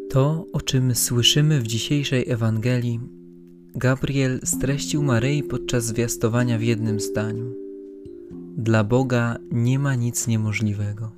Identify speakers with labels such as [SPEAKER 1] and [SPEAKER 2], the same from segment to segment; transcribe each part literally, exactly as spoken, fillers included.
[SPEAKER 1] To, o czym słyszymy w dzisiejszej Ewangelii, Gabriel streścił Maryi podczas zwiastowania w jednym zdaniu. Dla Boga nie ma nic niemożliwego.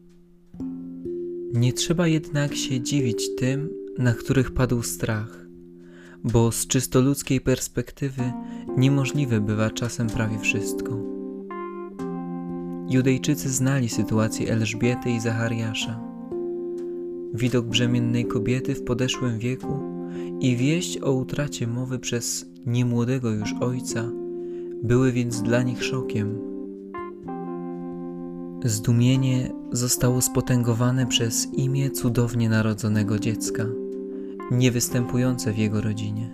[SPEAKER 1] Nie trzeba jednak się dziwić tym, na których padł strach, bo z czysto ludzkiej perspektywy niemożliwe bywa czasem prawie wszystko. Judejczycy znali sytuację Elżbiety i Zachariasza. Widok brzemiennej kobiety w podeszłym wieku i wieść o utracie mowy przez niemłodego już ojca były więc dla nich szokiem. Zdumienie zostało spotęgowane przez imię cudownie narodzonego dziecka, niewystępujące w jego rodzinie.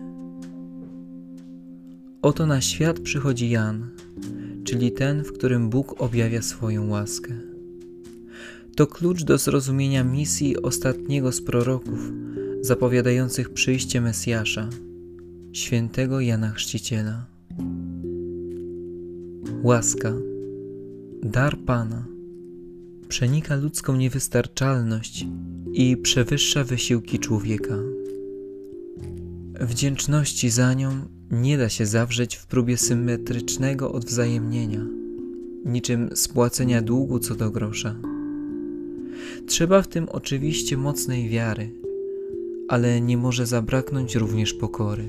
[SPEAKER 1] Oto na świat przychodzi Jan, czyli ten, w którym Bóg objawia swoją łaskę. To klucz do zrozumienia misji ostatniego z proroków, zapowiadających przyjście Mesjasza, świętego Jana Chrzciciela. Łaska, dar Pana, przenika ludzką niewystarczalność i przewyższa wysiłki człowieka. Wdzięczności za nią nie da się zawrzeć w próbie symetrycznego odwzajemnienia, niczym spłacenia długu co do grosza. Trzeba w tym oczywiście mocnej wiary, ale nie może zabraknąć również pokory.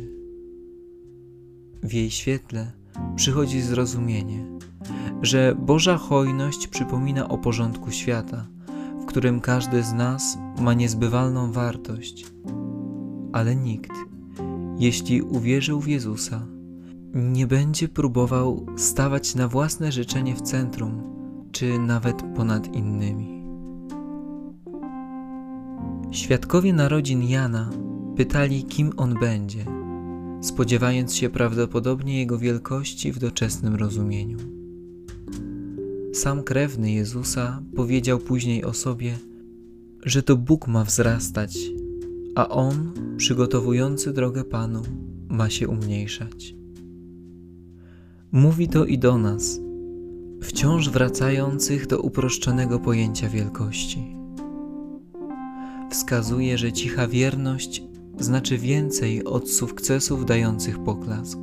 [SPEAKER 1] W jej świetle przychodzi zrozumienie, że Boża hojność przypomina o porządku świata, w którym każdy z nas ma niezbywalną wartość, ale nikt, jeśli uwierzył w Jezusa, nie będzie próbował stawać na własne życzenie w centrum, czy nawet ponad innymi. Świadkowie narodzin Jana pytali, kim on będzie, spodziewając się prawdopodobnie jego wielkości w doczesnym rozumieniu. Sam krewny Jezusa powiedział później o sobie, że to Bóg ma wzrastać, a On, przygotowujący drogę Panu, ma się umniejszać. Mówi to i do nas, wciąż wracających do uproszczonego pojęcia wielkości. Wskazuje, że cicha wierność znaczy więcej od sukcesów dających poklask.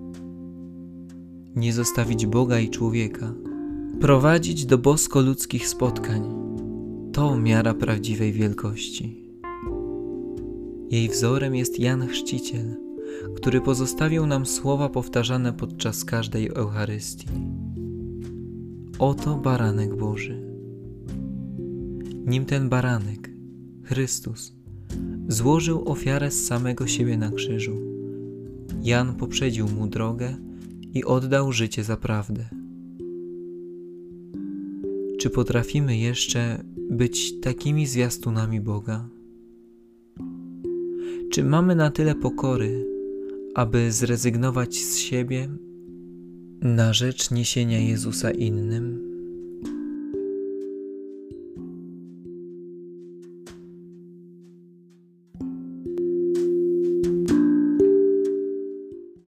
[SPEAKER 1] Nie zostawić Boga i człowieka, prowadzić do bosko-ludzkich spotkań – to miara prawdziwej wielkości. Jej wzorem jest Jan Chrzciciel, który pozostawił nam słowa powtarzane podczas każdej Eucharystii. Oto baranek Boży. Nim ten baranek, Chrystus, złożył ofiarę z samego siebie na krzyżu, Jan poprzedził mu drogę i oddał życie za prawdę. Czy potrafimy jeszcze być takimi zwiastunami Boga? Czy mamy na tyle pokory, aby zrezygnować z siebie na rzecz niesienia Jezusa innym?